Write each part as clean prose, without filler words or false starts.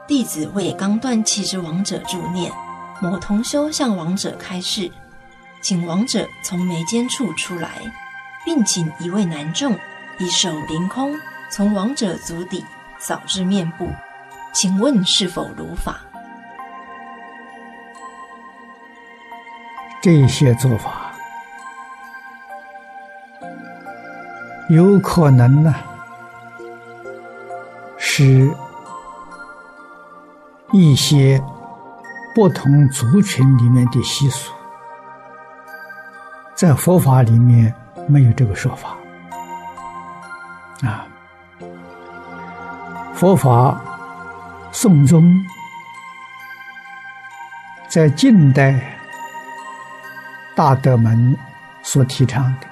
弟子为刚断气之亡者助念，某同修向亡者开示，请亡者从眉间处出来，并请一位男众以手凌空从亡者足底扫至面部，请问是否如法？ 这些做法有可能呢，是一些不同族群里面的习俗，在佛法里面没有这个说法啊。佛法宋宗在近代大德们所提倡的，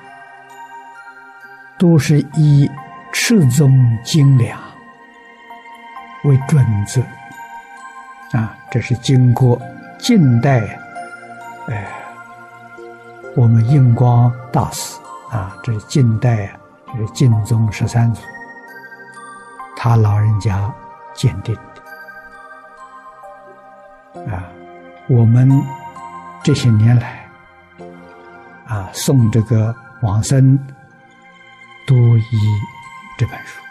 都是以持宗精良为准则啊。这是经过近代我们印光大师啊，这是近代这是净宗13祖他老人家鉴定的啊。我们这些年来送这个往生都以这本书